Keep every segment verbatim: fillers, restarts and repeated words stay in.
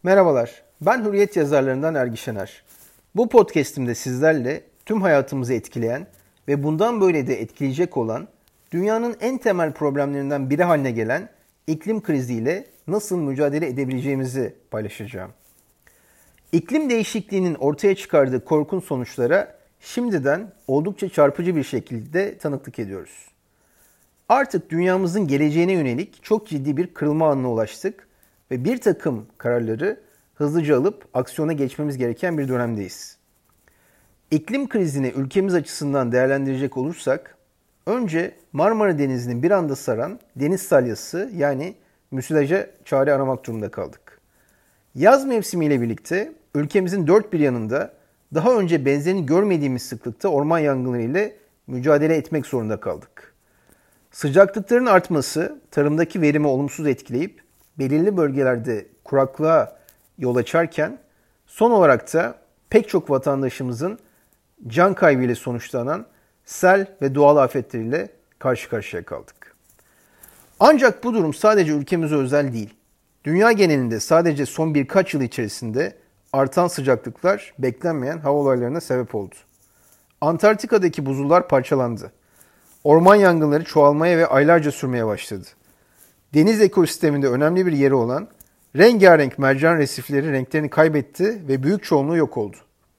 Merhabalar, ben Hürriyet yazarlarından Ergi Şener. Bu podcast'imde sizlerle tüm hayatımızı etkileyen ve bundan böyle de etkileyecek olan dünyanın en temel problemlerinden biri haline gelen iklim kriziyle nasıl mücadele edebileceğimizi paylaşacağım. İklim değişikliğinin ortaya çıkardığı korkunç sonuçlara şimdiden oldukça çarpıcı bir şekilde tanıklık ediyoruz. Artık dünyamızın geleceğine yönelik çok ciddi bir kırılma anına ulaştık ve bir takım kararları hızlıca alıp aksiyona geçmemiz gereken bir dönemdeyiz. İklim krizini ülkemiz açısından değerlendirecek olursak, önce Marmara Denizi'ni bir anda saran deniz salyası yani müsilaja çare aramak durumunda kaldık. Yaz mevsimiyle birlikte ülkemizin dört bir yanında daha önce benzerini görmediğimiz sıklıkta orman yangınları ile mücadele etmek zorunda kaldık. Sıcaklıkların artması tarımdaki verimi olumsuz etkileyip belirli bölgelerde kuraklığa yol açarken son olarak da pek çok vatandaşımızın can kaybıyla sonuçlanan sel ve doğal afetleriyle karşı karşıya kaldık. Ancak bu durum sadece ülkemize özel değil. Dünya genelinde sadece son birkaç yıl içerisinde artan sıcaklıklar beklenmeyen hava olaylarına sebep oldu. Antarktika'daki buzullar parçalandı. Orman yangınları çoğalmaya ve aylarca sürmeye başladı. Deniz ekosisteminde önemli bir yeri olan rengarenk mercan resifleri renklerini kaybetti ve büyük çoğunluğu yok oldu.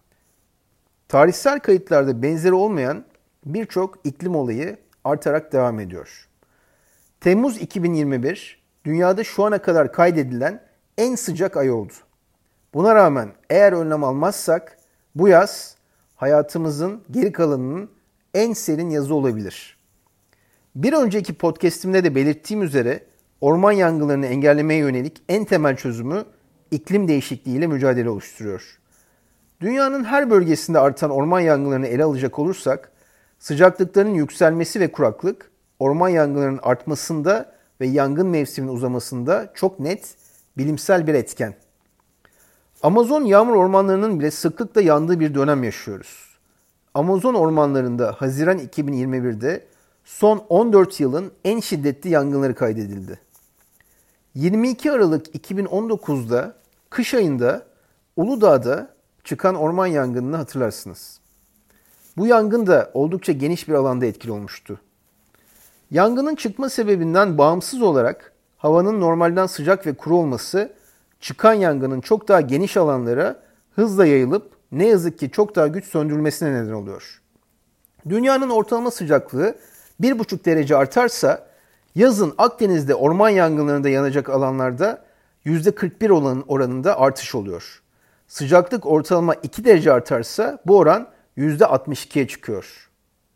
Tarihsel kayıtlarda benzeri olmayan birçok iklim olayı artarak devam ediyor. Temmuz iki bin yirmi bir, dünyada şu ana kadar kaydedilen en sıcak ay oldu. Buna rağmen eğer önlem almazsak bu yaz hayatımızın geri kalanının en serin yazı olabilir. Bir önceki podcast'imde de belirttiğim üzere orman yangınlarını engellemeye yönelik en temel çözümü iklim değişikliğiyle mücadele oluşturuyor. Dünyanın her bölgesinde artan orman yangınlarını ele alacak olursak, sıcaklıkların yükselmesi ve kuraklık, orman yangınlarının artmasında ve yangın mevsiminin uzamasında çok net, bilimsel bir etken. Amazon yağmur ormanlarının bile sıklıkla yandığı bir dönem yaşıyoruz. Amazon ormanlarında Haziran iki bin yirmi birde son on dört yılın en şiddetli yangınları kaydedildi. yirmi iki Aralık iki bin on dokuzda kış ayında Uludağ'da çıkan orman yangınını hatırlarsınız. Bu yangın da oldukça geniş bir alanda etkili olmuştu. Yangının çıkma sebebinden bağımsız olarak havanın normalden sıcak ve kuru olması çıkan yangının çok daha geniş alanlara hızla yayılıp ne yazık ki çok daha güç söndürülmesine neden oluyor. Dünyanın ortalama sıcaklığı bir buçuk derece artarsa yazın Akdeniz'de orman yangınlarında yanacak alanlarda yüzde kırk bir oranında artış oluyor. Sıcaklık ortalama iki derece artarsa bu oran yüzde altmış ikiye çıkıyor.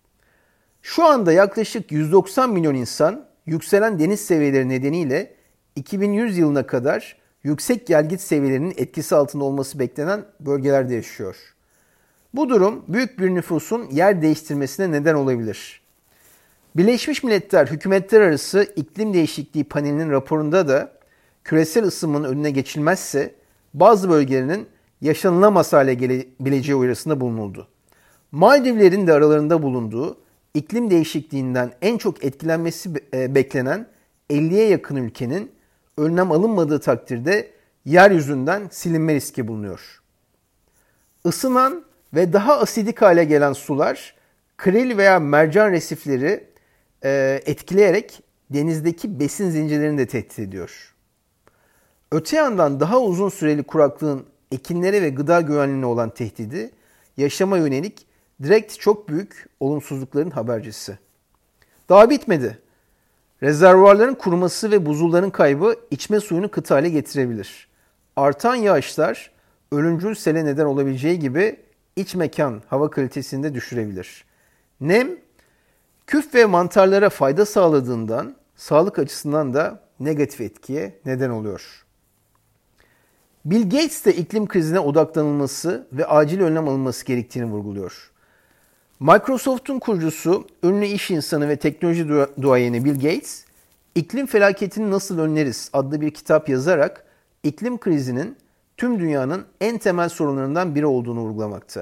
Şu anda yaklaşık yüz doksan milyon insan yükselen deniz seviyeleri nedeniyle iki bin yüz yılına kadar yüksek gelgit seviyelerinin etkisi altında olması beklenen bölgelerde yaşıyor. Bu durum büyük bir nüfusun yer değiştirmesine neden olabilir. Birleşmiş Milletler Hükümetler Arası İklim Değişikliği Paneli'nin raporunda da küresel ısınmanın önüne geçilmezse bazı bölgelerinin yaşanılamaz hale gelebileceği uyarısında bulunuldu. Maldivlerin de aralarında bulunduğu iklim değişikliğinden en çok etkilenmesi beklenen elliye yakın ülkenin önlem alınmadığı takdirde yeryüzünden silinme riski bulunuyor. Isınan ve daha asidik hale gelen sular kril veya mercan resifleri e, etkileyerek denizdeki besin zincirlerini de tehdit ediyor. Öte yandan daha uzun süreli kuraklığın ekinlere ve gıda güvenliğine olan tehdidi yaşama yönelik direkt çok büyük olumsuzlukların habercisi. Daha bitmedi. Rezervuarların kuruması ve buzulların kaybı içme suyunu kıt hale getirebilir. Artan yağışlar ölümcül sele neden olabileceği gibi iç mekan hava kalitesini de düşürebilir. Nem, küf ve mantarlara fayda sağladığından sağlık açısından da negatif etkiye neden oluyor. Bill Gates de iklim krizine odaklanılması ve acil önlem alınması gerektiğini vurguluyor. Microsoft'un kurucusu, ünlü iş insanı ve teknoloji duayeni Bill Gates, "İklim felaketini nasıl önleriz?" adlı bir kitap yazarak iklim krizinin tüm dünyanın en temel sorunlarından biri olduğunu vurgulamakta.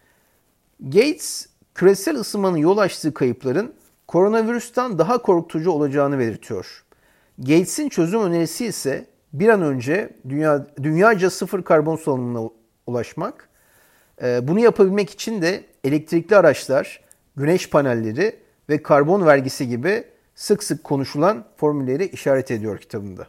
Gates, küresel ısınmanın yol açtığı kayıpların koronavirüsten daha korkutucu olacağını belirtiyor. Gates'in çözüm önerisi ise bir an önce dünya dünyaca sıfır karbon salınımına ulaşmak. Bunu yapabilmek için de elektrikli araçlar, güneş panelleri ve karbon vergisi gibi sık sık konuşulan formülleri işaret ediyor kitabında.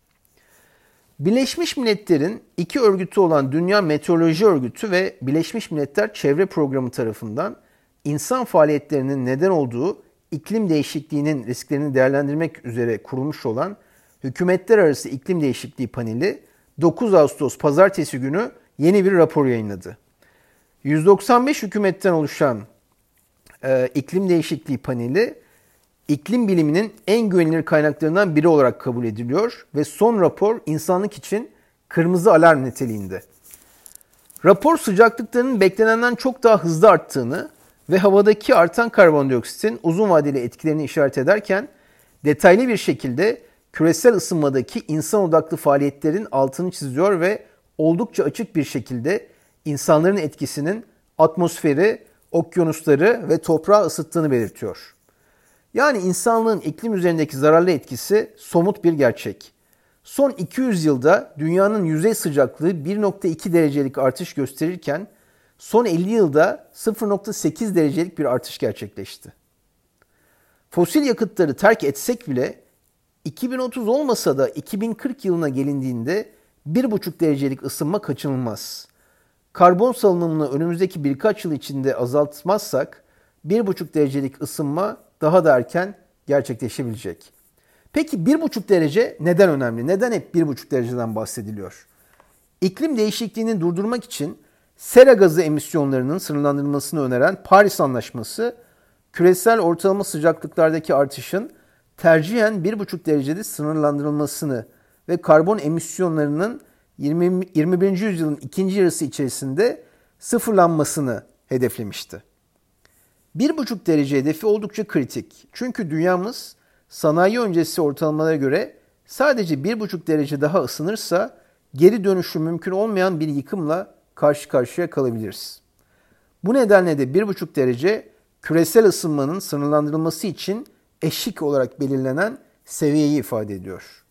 Birleşmiş Milletler'in iki örgütü olan Dünya Meteoroloji Örgütü ve Birleşmiş Milletler Çevre Programı tarafından insan faaliyetlerinin neden olduğu iklim değişikliğinin risklerini değerlendirmek üzere kurulmuş olan Hükümetler Arası İklim Değişikliği Paneli dokuz Ağustos Pazartesi günü yeni bir rapor yayınladı. yüz doksan beş hükümetten oluşan e, iklim değişikliği paneli iklim biliminin en güvenilir kaynaklarından biri olarak kabul ediliyor ve son rapor insanlık için kırmızı alarm niteliğinde. Rapor sıcaklıklarının beklenenden çok daha hızlı arttığını ve havadaki artan karbondioksitin uzun vadeli etkilerini işaret ederken detaylı bir şekilde küresel ısınmadaki insan odaklı faaliyetlerin altını çiziyor ve oldukça açık bir şekilde insanların etkisinin atmosferi, okyanusları ve toprağı ısıttığını belirtiyor. Yani insanlığın iklim üzerindeki zararlı etkisi somut bir gerçek. Son iki yüz yılda dünyanın yüzey sıcaklığı bir virgül iki derecelik artış gösterirken son elli yılda sıfır virgül sekiz derecelik bir artış gerçekleşti. Fosil yakıtları terk etsek bile iki bin otuz olmasa da iki bin kırk yılına gelindiğinde bir buçuk derecelik ısınma kaçınılmaz. Karbon salınımını önümüzdeki birkaç yıl içinde azaltmazsak bir buçuk derecelik ısınma daha da erken gerçekleşebilecek. Peki bir buçuk derece neden önemli? Neden hep bir buçuk dereceden bahsediliyor? İklim değişikliğini durdurmak için sera gazı emisyonlarının sınırlandırılmasını öneren Paris Anlaşması, küresel ortalama sıcaklıklardaki artışın tercihen bir buçuk derecede sınırlandırılmasını ve karbon emisyonlarının yirmi birinci yüzyılın ikinci yarısı içerisinde sıfırlanmasını hedeflemişti. bir buçuk derece hedefi oldukça kritik. Çünkü dünyamız sanayi öncesi ortalamalara göre sadece bir buçuk derece daha ısınırsa geri dönüşü mümkün olmayan bir yıkımla karşı karşıya kalabiliriz. Bu nedenle de bir buçuk derece küresel ısınmanın sınırlandırılması için eşik olarak belirlenen seviyeyi ifade ediyor.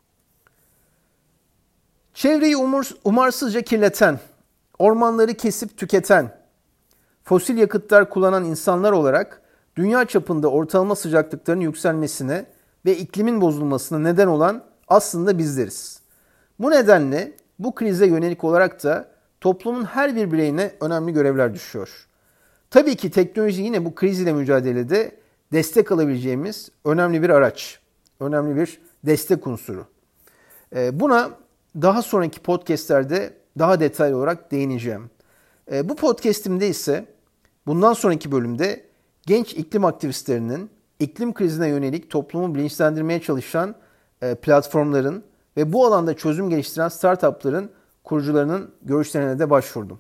Çevreyi umur, umarsızca kirleten, ormanları kesip tüketen, fosil yakıtlar kullanan insanlar olarak dünya çapında ortalama sıcaklıkların yükselmesine ve iklimin bozulmasına neden olan aslında bizleriz. Bu nedenle bu krize yönelik olarak da toplumun her bir bireyine önemli görevler düşüyor. Tabii ki teknoloji yine bu kriz ile mücadelede destek alabileceğimiz önemli bir araç, önemli bir destek unsuru. Buna daha sonraki podcastlerde daha detaylı olarak değineceğim. Bu podcastimde ise bundan sonraki bölümde genç iklim aktivistlerinin iklim krizine yönelik toplumu bilinçlendirmeye çalışan platformların ve bu alanda çözüm geliştiren startupların kurucularının görüşlerine de başvurdum.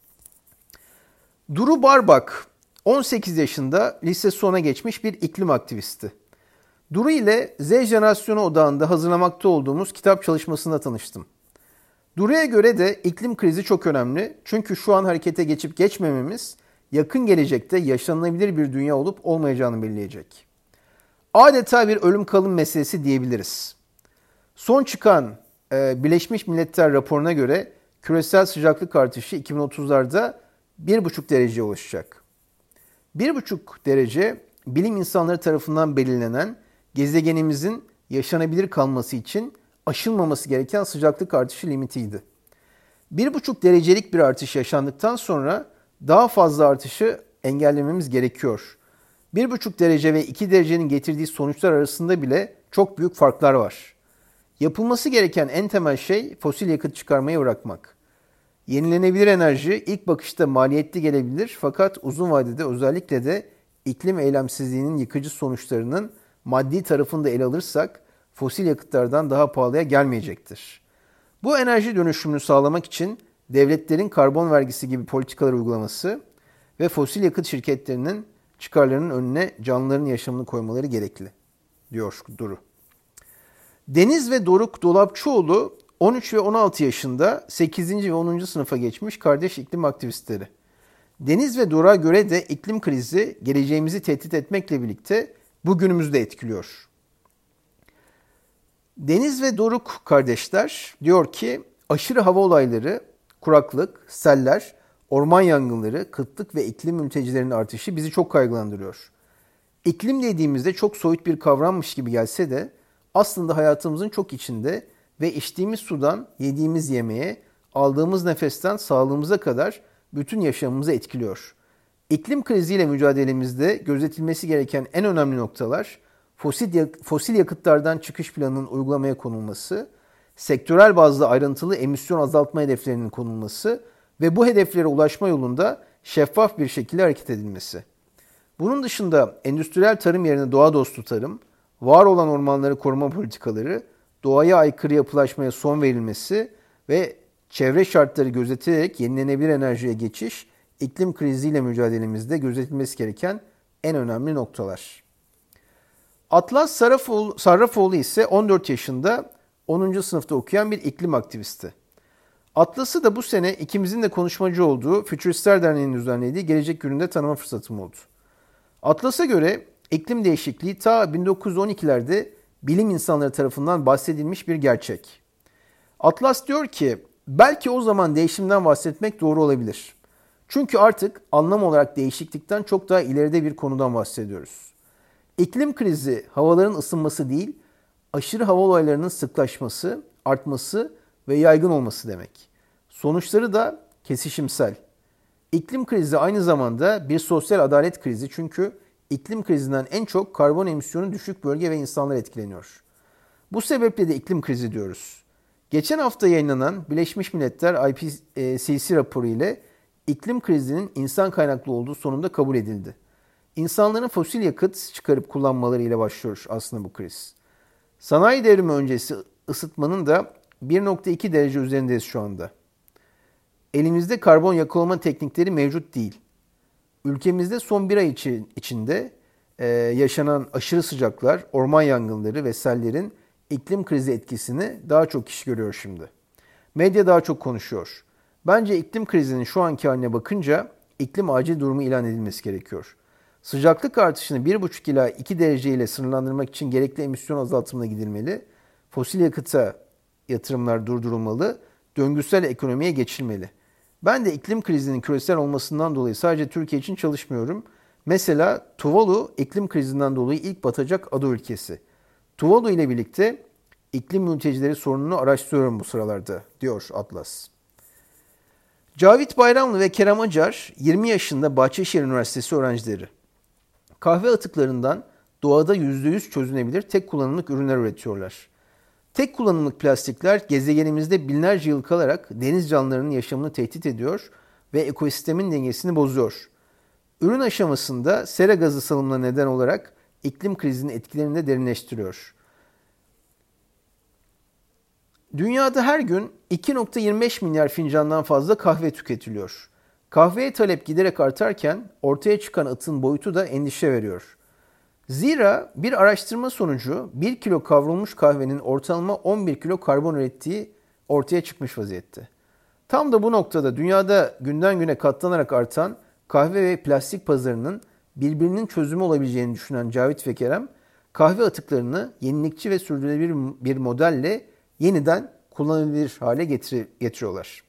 Duru Barbak, on sekiz yaşında lise sona geçmiş bir iklim aktivisti. Duru ile Z jenerasyonu odağında hazırlamakta olduğumuz kitap çalışmasında tanıştım. Duru'ya göre de iklim krizi çok önemli çünkü şu an harekete geçip geçmememiz yakın gelecekte yaşanılabilir bir dünya olup olmayacağını belirleyecek. Adeta bir ölüm kalım meselesi diyebiliriz. Son çıkan e, Birleşmiş Milletler raporuna göre küresel sıcaklık artışı iki bin otuzlarda bir buçuk dereceye ulaşacak. bir buçuk derece bilim insanları tarafından belirlenen gezegenimizin yaşanabilir kalması için aşılmaması gereken sıcaklık artışı limitiydi. bir buçuk derecelik bir artış yaşandıktan sonra daha fazla artışı engellememiz gerekiyor. bir buçuk derece ve iki derecenin getirdiği sonuçlar arasında bile çok büyük farklar var. Yapılması gereken en temel şey fosil yakıt çıkarmayı bırakmak. Yenilenebilir enerji ilk bakışta maliyetli gelebilir fakat uzun vadede özellikle de iklim eylemsizliğinin yıkıcı sonuçlarının maddi tarafını da ele alırsak fosil yakıtlardan daha pahalıya gelmeyecektir. Bu enerji dönüşümünü sağlamak için devletlerin karbon vergisi gibi politikalar uygulaması ve fosil yakıt şirketlerinin çıkarlarının önüne canlıların yaşamını koymaları gerekli, diyor Duru. Deniz ve Doruk Dolapçıoğlu on üç ve on altı yaşında sekizinci ve onuncu sınıfa geçmiş kardeş iklim aktivistleri. Deniz ve Doruk'a göre de iklim krizi geleceğimizi tehdit etmekle birlikte bugünümüzü de etkiliyor. Deniz ve Doruk kardeşler diyor ki aşırı hava olayları, kuraklık, seller, orman yangınları, kıtlık ve iklim mültecilerinin artışı bizi çok kaygılandırıyor. İklim dediğimizde çok soyut bir kavrammış gibi gelse de aslında hayatımızın çok içinde ve içtiğimiz sudan yediğimiz yemeğe, aldığımız nefesten sağlığımıza kadar bütün yaşamımızı etkiliyor. İklim kriziyle mücadelemizde gözetilmesi gereken en önemli noktalar fosil, fosil yakıtlardan çıkış planının uygulamaya konulması, sektörel bazda ayrıntılı emisyon azaltma hedeflerinin konulması ve bu hedeflere ulaşma yolunda şeffaf bir şekilde hareket edilmesi. Bunun dışında endüstriyel tarım yerine doğa dostu tarım, var olan ormanları koruma politikaları, doğaya aykırı yapılaşmaya son verilmesi ve çevre şartları gözetilerek yenilenebilir enerjiye geçiş, iklim kriziyle mücadelemizde gözetilmesi gereken en önemli noktalar. Atlas Sarrafoğlu, Sarrafoğlu ise on dört yaşında onuncu sınıfta okuyan bir iklim aktivisti. Atlas'ı da bu sene ikimizin de konuşmacı olduğu Fütüristler Derneği'nin düzenlediği Gelecek Günü'nde tanıma fırsatım oldu. Atlas'a göre iklim değişikliği ta bin dokuz yüz on ikilerde bilim insanları tarafından bahsedilmiş bir gerçek. Atlas diyor ki, belki o zaman değişimden bahsetmek doğru olabilir. Çünkü artık anlam olarak değişiklikten çok daha ileride bir konudan bahsediyoruz. İklim krizi havaların ısınması değil, aşırı hava olaylarının sıklaşması, artması ve yaygın olması demek. Sonuçları da kesişimsel. İklim krizi aynı zamanda bir sosyal adalet krizi çünkü iklim krizinden en çok karbon emisyonu düşük bölge ve insanlar etkileniyor. Bu sebeple de iklim krizi diyoruz. Geçen hafta yayınlanan Birleşmiş Milletler I P C C raporu ile iklim krizinin insan kaynaklı olduğu sonunda kabul edildi. İnsanların fosil yakıt çıkarıp kullanmaları ile başlıyor aslında bu kriz. Sanayi devrimi öncesi ısıtmanın da bir nokta iki derece üzerindeyiz şu anda. Elimizde karbon yakalama teknikleri mevcut değil. Ülkemizde son bir ay içi, içinde e, yaşanan aşırı sıcaklar, orman yangınları ve sellerin iklim krizi etkisini daha çok kişi görüyor şimdi. Medya daha çok konuşuyor. Bence iklim krizinin şu anki haline bakınca iklim acil durumu ilan edilmesi gerekiyor. Sıcaklık artışını bir buçuk ila iki derece ile sınırlandırmak için gerekli emisyon azaltımına gidilmeli, fosil yakıta yatırımlar durdurulmalı, döngüsel ekonomiye geçilmeli. Ben de iklim krizinin küresel olmasından dolayı sadece Türkiye için çalışmıyorum. Mesela Tuvalu iklim krizinden dolayı ilk batacak ada ülkesi. Tuvalu ile birlikte iklim mültecileri sorununu araştırıyorum bu sıralarda, diyor Atlas. Cavit Bayramlı ve Kerem Acar yirmi yaşında Bahçeşehir Üniversitesi öğrencileri. Kahve atıklarından doğada yüzde yüz çözünebilir tek kullanımlık ürünler üretiyorlar. Tek kullanımlık plastikler gezegenimizde binlerce yıl kalarak deniz canlılarının yaşamını tehdit ediyor ve ekosistemin dengesini bozuyor. Ürün aşamasında sera gazı salımına neden olarak iklim krizinin etkilerini de derinleştiriyor. Dünyada her gün iki virgül yirmi beş milyar fincandan fazla kahve tüketiliyor. Kahveye talep giderek artarken ortaya çıkan atığın boyutu da endişe veriyor. Zira bir araştırma sonucu bir kilo kavrulmuş kahvenin ortalama on bir kilo karbon ürettiği ortaya çıkmış vaziyette. Tam da bu noktada dünyada günden güne katlanarak artan kahve ve plastik pazarının birbirinin çözümü olabileceğini düşünen Cavit ve Kerem, kahve atıklarını yenilikçi ve sürdürülebilir bir modelle yeniden kullanılabilir hale getiriyorlar.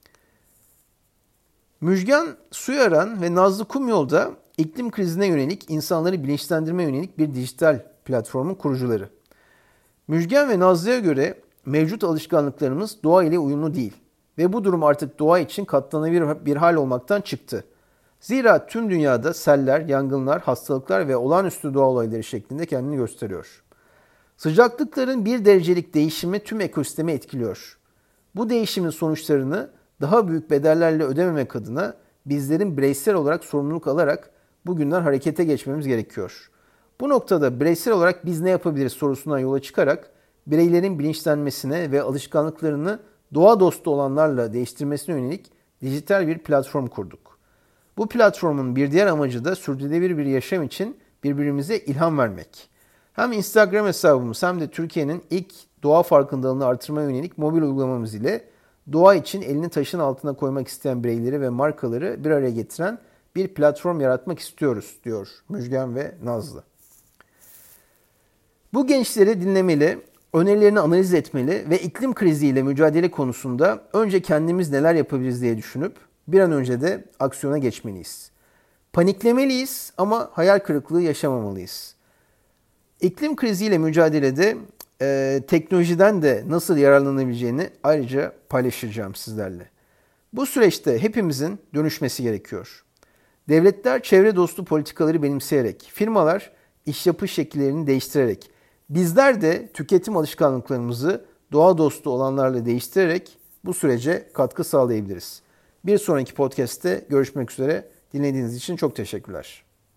Müjgan Suyaran ve Nazlı Kumyol'da iklim krizine yönelik insanları bilinçlendirme yönelik bir dijital platformun kurucuları. Müjgan ve Nazlı'ya göre mevcut alışkanlıklarımız doğa ile uyumlu değil ve bu durum artık doğa için katlanabilir bir hal olmaktan çıktı. Zira tüm dünyada seller, yangınlar, hastalıklar ve olağanüstü doğa olayları şeklinde kendini gösteriyor. Sıcaklıkların bir derecelik değişimi tüm ekosistemi etkiliyor. Bu değişimin sonuçlarını daha büyük bedellerle ödememek adına bizlerin bireysel olarak sorumluluk alarak bugünden harekete geçmemiz gerekiyor. Bu noktada bireysel olarak biz ne yapabiliriz sorusundan yola çıkarak bireylerin bilinçlenmesine ve alışkanlıklarını doğa dostu olanlarla değiştirmesine yönelik dijital bir platform kurduk. Bu platformun bir diğer amacı da sürdürülebilir bir yaşam için birbirimize ilham vermek. Hem Instagram hesabımız hem de Türkiye'nin ilk doğa farkındalığını artırmaya yönelik mobil uygulamamız ile doğa için elini taşın altına koymak isteyen bireyleri ve markaları bir araya getiren bir platform yaratmak istiyoruz, diyor Müjgan ve Nazlı. Bu gençleri dinlemeli, önerilerini analiz etmeli ve iklim kriziyle mücadele konusunda önce kendimiz neler yapabiliriz diye düşünüp bir an önce de aksiyona geçmeliyiz. Paniklemeliyiz ama hayal kırıklığı yaşamamalıyız. İklim kriziyle mücadelede e, teknolojiden de nasıl yararlanabileceğini ayrıca paylaşacağım sizlerle. Bu süreçte hepimizin dönüşmesi gerekiyor. Devletler çevre dostu politikaları benimseyerek, firmalar iş yapış şekillerini değiştirerek, bizler de tüketim alışkanlıklarımızı doğa dostu olanlarla değiştirerek bu sürece katkı sağlayabiliriz. Bir sonraki podcast'te görüşmek üzere. Dinlediğiniz için çok teşekkürler.